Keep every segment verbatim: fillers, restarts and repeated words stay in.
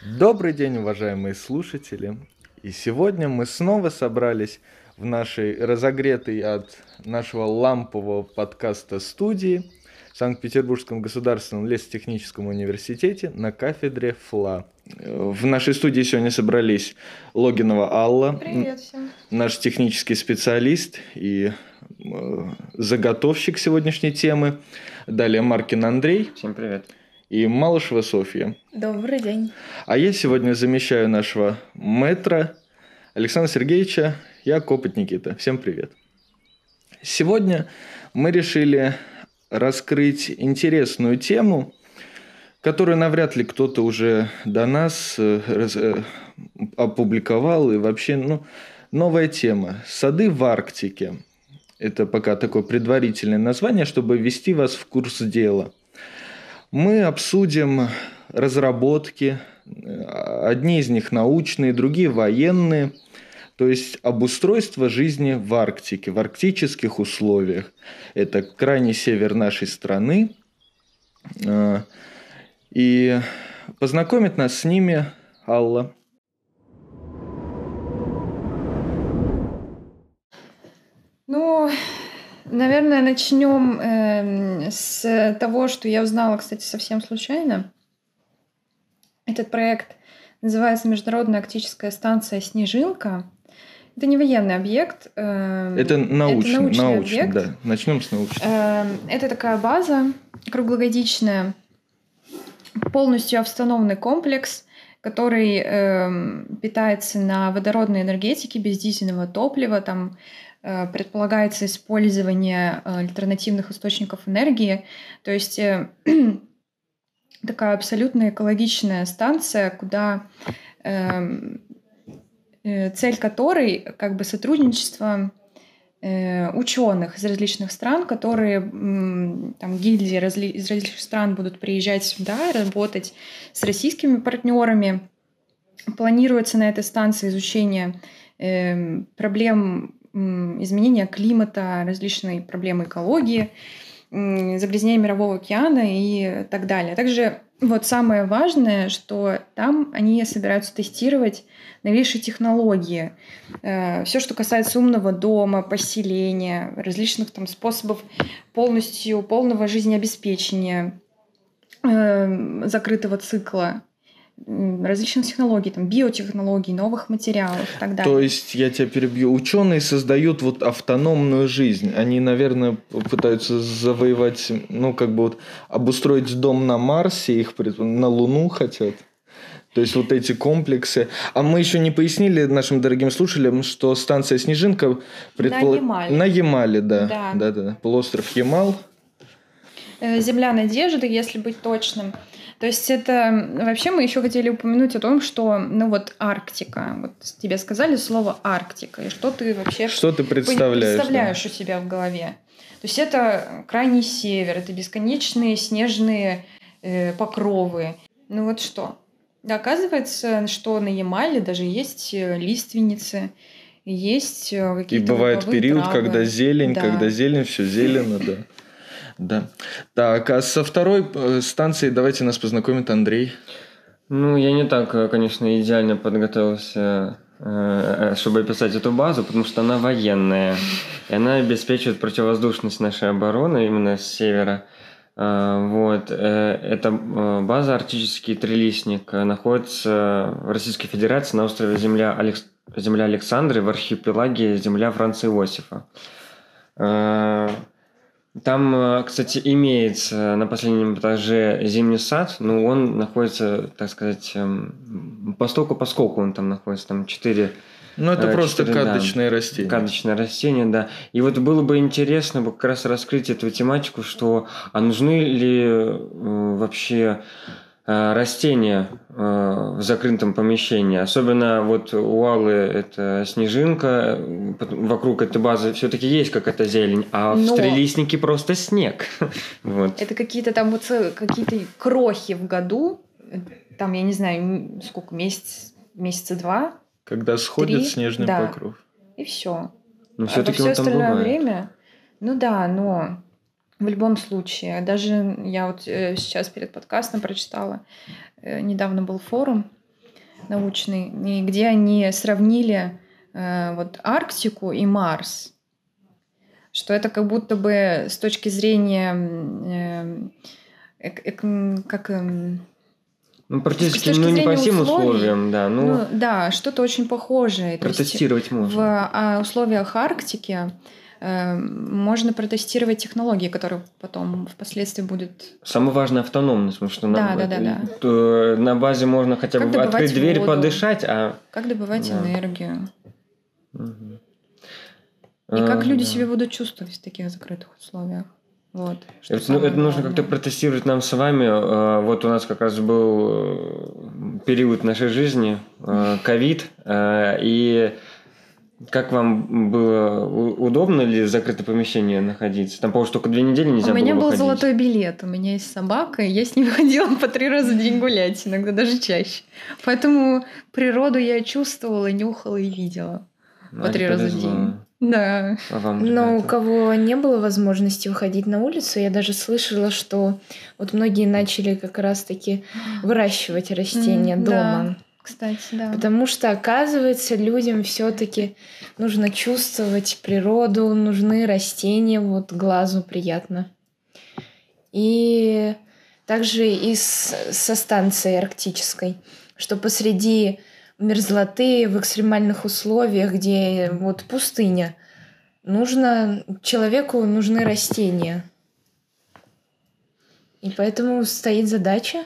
Добрый день, уважаемые слушатели! И сегодня мы снова собрались в нашей разогретой от нашего лампового подкаста студии в Санкт-Петербургском государственном лесотехническом университете на кафедре ФЛА. В нашей студии сегодня собрались Логинова Алла, Привет всем. наш технический специалист и э, заготовщик сегодняшней темы. Далее Маркин Андрей. Всем привет. И Малышева Софья. Добрый день. А я сегодня замещаю нашего мэтра Александра Сергеевича. Я Копоть Никита. Всем привет. Сегодня мы решили раскрыть интересную тему, которую навряд ли кто-то уже до нас опубликовал. И вообще, ну, новая тема. Сады в Арктике. Это пока такое предварительное название, чтобы ввести вас в курс дела. Мы обсудим разработки, одни из них научные, другие военные, то есть обустройство жизни в Арктике, в арктических условиях. Это крайний север нашей страны. И познакомит нас с ними Алла. Ну, наверное, начнем э, с того, что я узнала, кстати, совсем случайно. Этот проект называется Международная арктическая станция «Снежинка». Это не военный объект. Э, это научный, это научный научный объект. Да. Начнем с научного. Э, это такая база круглогодичная, полностью автономный комплекс, который э, питается на водородной энергетике без дизельного топлива. Там предполагается использование альтернативных источников энергии. То есть такая абсолютно экологичная станция, куда э, цель которой как бы сотрудничество э, ученых из различных стран, которые э, там гильдии разли- из различных стран будут приезжать сюда, работать с российскими партнерами. Планируется на этой станции изучение э, проблем изменения климата, различные проблемы экологии, загрязнения Мирового океана и так далее. Также вот самое важное, что там они собираются тестировать новейшие технологии. Все, что касается умного дома, поселения, различных там способов полностью, полного жизнеобеспечения, закрытого цикла, различных технологий, там, биотехнологий, новых материалов и так далее. То есть, я тебя перебью, ученые создают вот автономную жизнь. Они, наверное, пытаются завоевать, ну, как бы вот обустроить дом на Марсе, их на Луну хотят. То есть, вот эти комплексы. А мы еще не пояснили нашим дорогим слушателям, что станция «Снежинка» предпол... на Ямале. На Ямале, да. Да. Да, да, да. Полуостров Ямал. Земля надежды, если быть точным. То есть это вообще мы еще хотели упомянуть о том, что ну вот Арктика, вот тебе сказали слово Арктика, и что ты вообще что ты представляешь, представляешь да. у себя в голове. То есть это крайний север, это бесконечные снежные э, покровы. Ну вот что? Оказывается, что на Ямале даже есть лиственницы, есть какие-то. И бывает период, травы. когда зелень, да. когда зелень, все зелено, да. Да. Так, а со второй станцией давайте нас познакомит Андрей. Ну, я не так, конечно, идеально подготовился, чтобы описать эту базу, потому что она военная. И она обеспечивает противовоздушность нашей обороны именно с севера. Вот. Эта база «Арктический трилистник» находится в Российской Федерации на острове Земля, Алекс... Земля Александры в архипелаге Земля Франца Иосифа. Там, кстати, имеется на последнем этаже зимний сад, но он находится, так сказать, постольку-поскольку он там находится, там четыре... Ну, это просто четыре, кадочные да, растения. Кадочные растения, да. И вот было бы интересно как раз раскрыть эту тематику, что, а нужны ли э, вообще э, растения э, в закрытом помещении. Особенно вот у Аллы это снежинка, вокруг этой базы все-таки есть какая-то зелень, а Но... в трилистнике просто снег. Вот. Это какие-то там вот какие-то крохи в году, там, я не знаю, сколько, месяц, месяца два. Когда сходит Три, снежный да, покров. И все. Но а все-таки во все он там остальное бывает. время, ну да, но в любом случае, даже я вот сейчас перед подкастом прочитала, недавно был форум научный, и где они сравнили э, вот Арктику и Марс. Что это как будто бы с точки зрения э, э, э, как... Э, Ну, практически, ну, не по всем условий, условиям, да. Ну, ну, да, что-то очень похожее. Протестировать То есть можно. В условиях Арктики э, можно протестировать технологии, которые потом впоследствии будут... Самое важное — автономность, потому что да, на, да, да, да. То, на базе можно хотя как бы открыть дверь, воду, подышать, а... Как добывать да. энергию. Угу. И как а, люди да. себя будут чувствовать в таких закрытых условиях. Вот, это, ну, это нужно как-то протестировать нам с вами. Вот у нас как раз был период нашей жизни, ковид, и как вам было удобно ли в закрытом помещении находиться? Там, по-моему, только две недели нельзя было У меня было был выходить. Золотой билет, у меня есть собака, и я с ней выходила по три раза в день гулять, иногда даже чаще. Поэтому природу я чувствовала, нюхала и видела по три раза в день. Да. А вам, но у кого не было возможности выходить на улицу, я даже слышала, что вот многие начали как раз-таки выращивать растения mm, дома. Да, кстати, да. Потому что, оказывается, людям все-таки нужно чувствовать природу, нужны растения, вот глазу приятно. И также и с, со станцией арктической, что посреди мерзлоты, в экстремальных условиях, где вот пустыня, нужно, человеку нужны растения. И поэтому стоит задача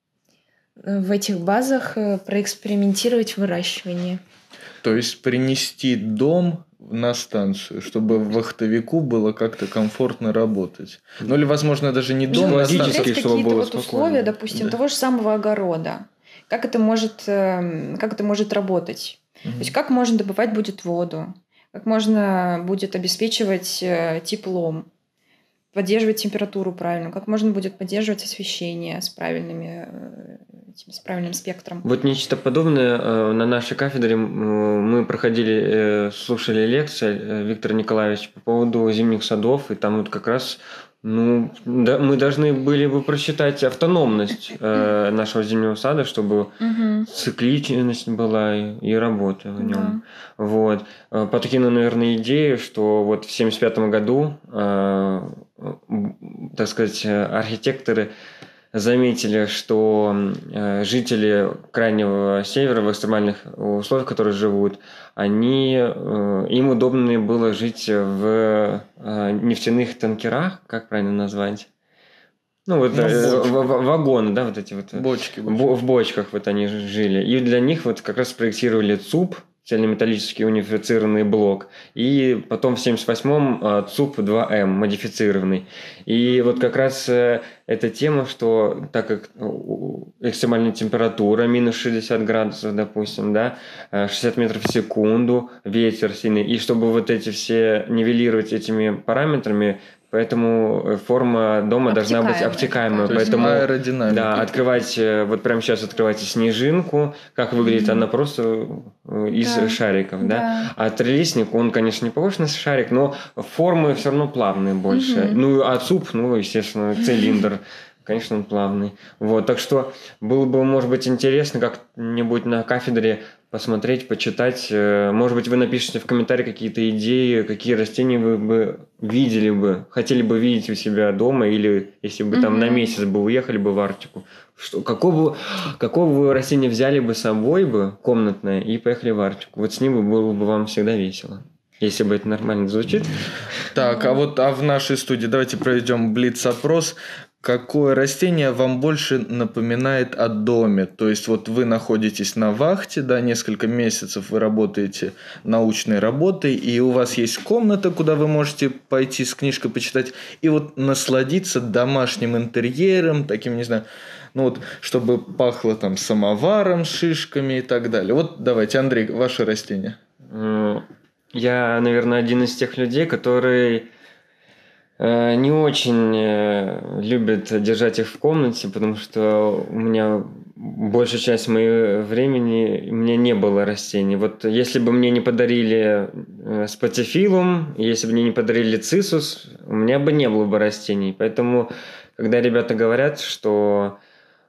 в этих базах проэкспериментировать выращивание. То есть принести дом на станцию, чтобы вахтовику было как-то комфортно работать. Ну или, возможно, даже не дом, ну, а станцию. какие-то вот условия, допустим, да. того же самого огорода. Как это может, как это может работать? Mm-hmm. То есть как можно добывать будет воду? Как можно будет обеспечивать теплом? Поддерживать температуру правильно? Как можно будет поддерживать освещение с, правильными, с правильным спектром? Вот нечто подобное на нашей кафедре мы проходили, слушали лекции Виктора Николаевича по поводу зимних садов, и там вот как раз ну, да, мы должны были бы просчитать автономность э, нашего зимнего сада, чтобы угу. цикличность была и, и работа в нем. Да. Вот. Подкину, наверное, идею, что вот в семьдесят пятом году, э, так сказать, архитекторы заметили, что э, жители Крайнего Севера в экстремальных условиях, в которых живут, они, э, им удобно было жить в э, нефтяных танкерах, как правильно назвать? Ну, вот э, вагоны, да, вот эти вот. Бочки. бочки. В бочках вот они жили. И для них вот как раз спроектировали ЦУП, цельнометаллический унифицированный блок, и потом в семьдесят восьмом ЦУП два эм, модифицированный. И вот как раз эта тема, что так как экстремальная температура, минус шестьдесят градусов, допустим, да, шестьдесят метров в секунду, ветер сильный, и чтобы вот эти все нивелировать этими параметрами, поэтому форма дома обтекаемая, должна быть обтекаемая. Поэтому да, открывать, вот прямо сейчас открывайте снежинку, как выглядит mm-hmm. она просто из да. шариков, да? да. А трелисник, он, конечно, не похож на шарик, но формы все равно плавные больше. Mm-hmm. Ну, а ЦУП, ну, естественно, цилиндр. Конечно, он плавный. Вот, так что было бы, может быть, интересно как-нибудь на кафедре посмотреть, почитать. Может быть, вы напишите в комментарии какие-то идеи, какие растения вы бы видели бы, хотели бы видеть у себя дома, или если бы там mm-hmm. на месяц бы уехали бы в Арктику. Что, какого, какого вы растения взяли бы с собой бы, комнатное, и поехали в Арктику? Вот с ним было бы вам всегда весело. Если бы это нормально звучит. Так, а вот а в нашей студии давайте проведем блиц-опрос. Какое растение вам больше напоминает о доме? То есть вот вы находитесь на вахте, да, несколько месяцев вы работаете научной работой, и у вас есть комната, куда вы можете пойти с книжкой почитать, и вот насладиться домашним интерьером, таким, не знаю, ну вот, чтобы пахло там самоваром с шишками и так далее. Вот давайте, Андрей, ваше растение. Я, наверное, один из тех людей, который не очень любит держать их в комнате, потому что у меня большая часть моего времени у меня не было растений. Вот если бы мне не подарили спатифилум, если бы мне не подарили цисус, у меня бы не было бы растений. Поэтому, когда ребята говорят, что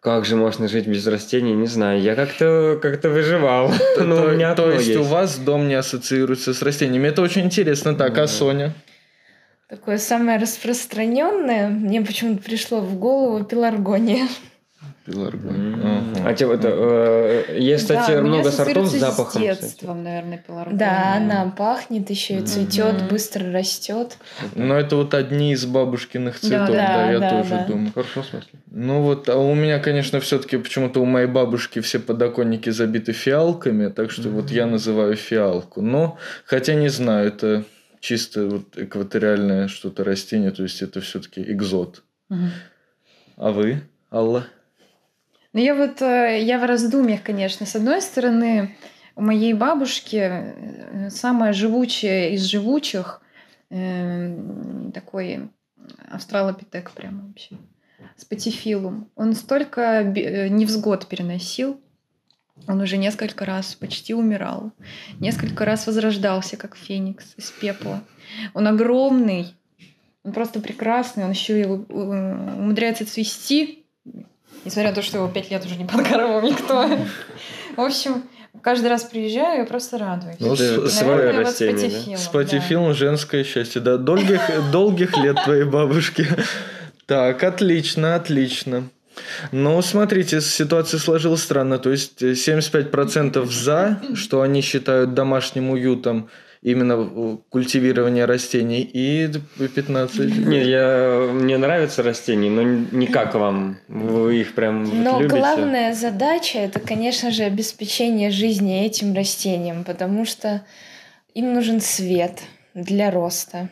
Как же можно жить без растений, не знаю. Я как-то как-то выживал. Но у меня То одно есть у есть. вас дом не ассоциируется с растениями. Это очень интересно. Так, а Соня? Такое самое распространенное мне почему-то пришло в голову пеларгония. Пеларгония. М. Ага. А тебе это э, есть, кстати, Да, у меня много сортов с ассоциируется запахом. с кстати. детством, наверное, пеларгония. Да, она пахнет еще и цветет, Мгм. быстро растет. Но это вот одни из бабушкиных цветов, Да, да, да, я да, тоже да. думаю. В хорошем смысле. Ну вот, а у меня, конечно, все-таки почему-то у моей бабушки все подоконники забиты фиалками, так что вот я называю фиалку. Но, хотя не знаю, это чисто вот экваториальное что-то растение, то есть это все-таки экзот. Мгм. А вы, Алла? Ну, я вот, э, я в раздумьях, конечно. С одной стороны, у моей бабушки э, самая живучая из живучих, э, такой австралопитек прям вообще, спатифилум. Он столько бе- э, невзгод переносил, он уже несколько раз почти умирал, несколько раз возрождался, как феникс из пепла. Он огромный, он просто прекрасный, он еще и у- у- умудряется цвести, несмотря на то, что его пять лет уже не подкармливал никто. В общем, каждый раз приезжаю и просто радуюсь. Ну, Это с- свое Наверное, вот растение, да? спатифилум, Спатифилм, женское счастье, да. Долгих, долгих лет твоей бабушки. Так, отлично, отлично. Ну, смотрите, ситуация сложилась странно. То есть семьдесят пять процентов за, что они считают домашним уютом именно культивирование растений, и пятнадцать процентов. Не, я, мне нравятся растения, но не как вам. Вы их прям вот Но любите. главная задача это, конечно же, обеспечение жизни этим растениям, потому что им нужен свет для роста,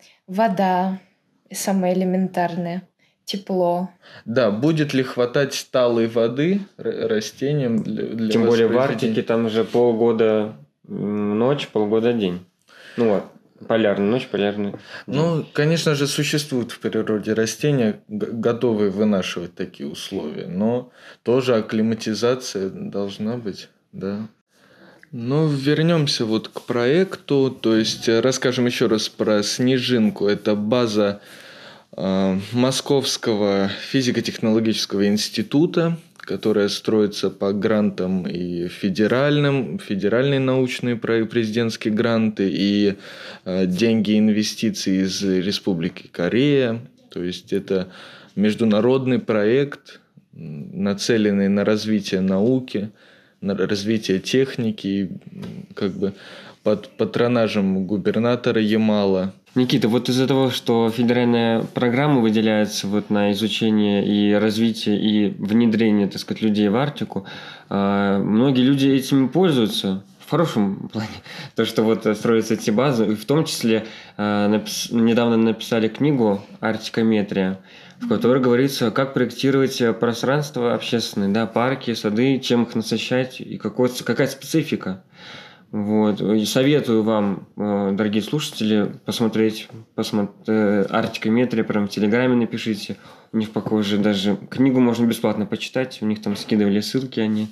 вода, самое элементарное, тепло. Да, будет ли хватать талой воды р- растениям для, для Тем более в воспроизведения? Арктике там же полгода м, ночь, полгода день. Ну вот, полярная ночь, полярный день. Ну, конечно же, существуют в природе растения, г- готовые вынашивать такие условия, но тоже акклиматизация должна быть, да. Ну, вернемся вот к проекту, то есть э, расскажем еще раз про Снежинку. Это база э, Московского физико-технологического института, которая строится по грантам и федеральным, федеральные научные про- президентские гранты и э, деньги и инвестиции из Республики Корея. То есть это международный проект, м, нацеленный на развитие науки, на развитие техники, и, м, как бы под патронажем губернатора Ямала. Никита, вот из-за того, что федеральная программа выделяется вот на изучение и развитие и внедрение, так сказать, людей в Арктику, э, многие люди этим пользуются. В хорошем плане. То, что вот строятся эти базы, и в том числе э, напис- недавно написали книгу «Арктикометрия», в которой говорится, как проектировать пространство общественное, да, парки, сады, чем их насыщать и какой, какая специфика. Вот. И советую вам, э, дорогие слушатели, посмотреть, посмотреть Арктикометрия, прям в Телеграме напишите. У них пока уже даже книгу можно бесплатно почитать, у них там скидывали ссылки они.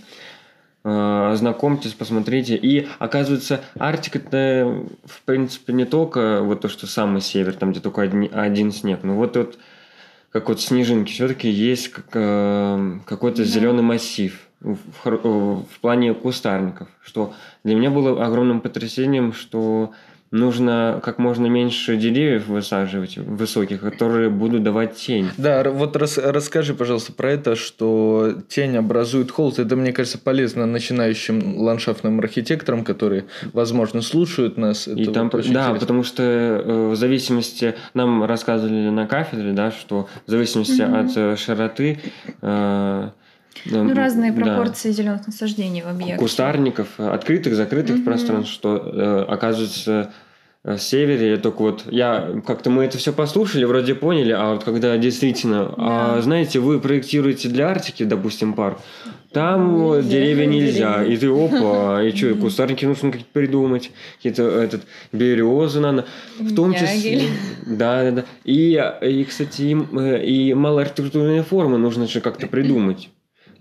Э, Ознакомьтесь, посмотрите. И оказывается, Арктика это, в принципе, не только вот то, что самый север, там где только один, один снег, но вот вот как вот снежинки, все-таки есть как, э, какой-то Да. зеленый массив в, хор- э, в плане кустарников, что для меня было огромным потрясением, что нужно как можно меньше деревьев высаживать, высоких, которые будут давать тень. Да, р- вот рас- расскажи, пожалуйста, про это, что тень образует холод. Это, мне кажется, полезно начинающим ландшафтным архитекторам, которые, возможно, слушают нас. И Это там, вот очень да, интересно. потому что э, в зависимости, нам рассказывали на кафедре, да, что в зависимости Мгм. от э, широты э, Ну, разные да, пропорции зеленых насаждений в объекте. кустарников, э, открытых, закрытых Мгм. пространств, что э, оказывается э, в севере, я только вот, я как-то мы это все послушали, вроде поняли, а вот когда действительно, а Да. знаете, вы проектируете для Арктики, допустим, парк, там вот Нельзя, деревья нельзя, деревья. и ты опа, и что, кустарники нужно какие-то придумать, какие-то этот березы надо, в том числе, Ягель. да, да, да, и, и кстати, и, э, и малоархитектурные формы нужно же как-то придумать.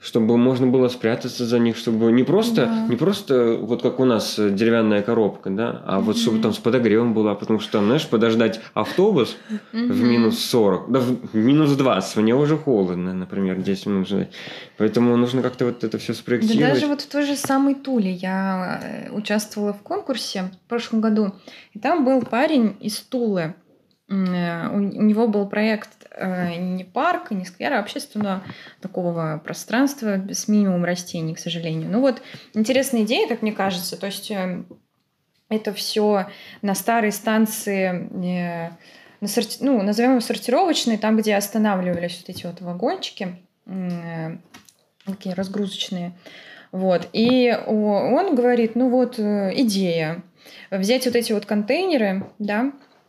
чтобы можно было спрятаться за них, чтобы не просто, Да. не просто вот как у нас деревянная коробка, да, а вот чтобы там с подогревом была, потому что там, знаешь, подождать автобус в минус сорок, да в минус двадцать, мне уже холодно, например, десять минут ждать. Поэтому нужно как-то вот это все Да спроектировать. даже вот в той же самой Туле я э, участвовала в конкурсе в прошлом году, и там был парень из Тулы. М, э, У у него был проект э, не парка, не сквера, а общественного такого пространства с минимумом растений, к сожалению. Ну вот интересная идея, как мне кажется. То есть э, это все на старой станции, э, на сорти- ну, назовем его сортировочной, там, где останавливались вот эти вот вагончики, м, э, такие разгрузочные. Вот. И о- он говорит, ну вот э, идея. Взять вот эти вот контейнеры, да,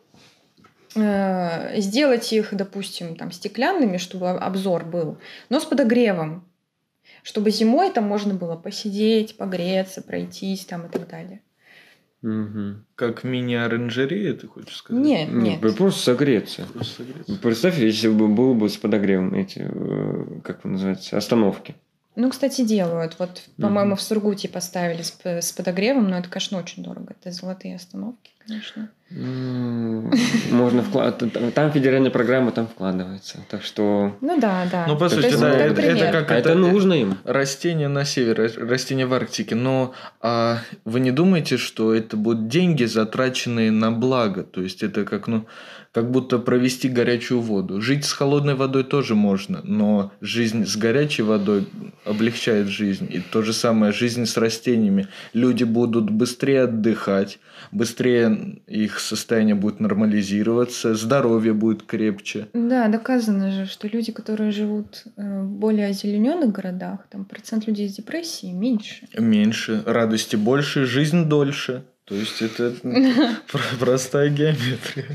э, сделать их, допустим, там стеклянными, чтобы об- обзор был, но с подогревом, чтобы зимой там можно было посидеть, погреться, пройтись там и так далее. Мгм. Как мини-оранжерея, ты хочешь сказать? Нет, Нет, нет. просто согреться. Просто согреться. Представь, если бы был бы с подогревом эти, э, как называется, остановки. Ну, кстати, делают. Вот, по-моему, в Сургуте поставили с, п- с подогревом, но это, конечно, очень дорого. Это золотые остановки, конечно. М, Можно вкладывать. Там федеральная программа, там вкладывается. Так что... Ну да, да. Ну, по То сути, есть, да, ну, как это, это пример. как А это нужно им. растение на севере, растение в Арктике. Но а вы не думаете, что это будут деньги, затраченные на благо? То есть это как, ну, как будто провести горячую воду. Жить с холодной водой тоже можно, но жизнь с горячей водой облегчает жизнь. И то же самое жизнь с растениями. Люди будут быстрее отдыхать, быстрее их состояние будет нормализироваться, здоровье будет крепче. Да, доказано же, что люди, которые живут э, в более озелененных городах, там процент людей с депрессией меньше. Меньше, радости больше, жизнь дольше. То есть это про- простая геометрия.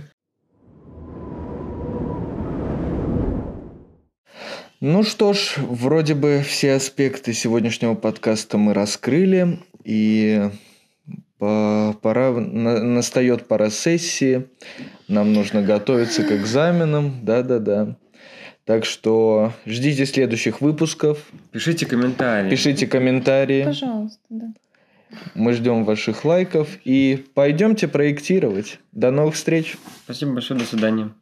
Ну что ж, вроде бы все аспекты сегодняшнего подкаста мы раскрыли, и по- пора, на- настает пора сессии, нам нужно готовиться к экзаменам, да-да-да. Так что ждите следующих выпусков, Пишите комментарии. пишите комментарии. Пожалуйста, да. Мы ждем ваших лайков и пойдемте проектировать. До новых встреч! Спасибо большое, до свидания.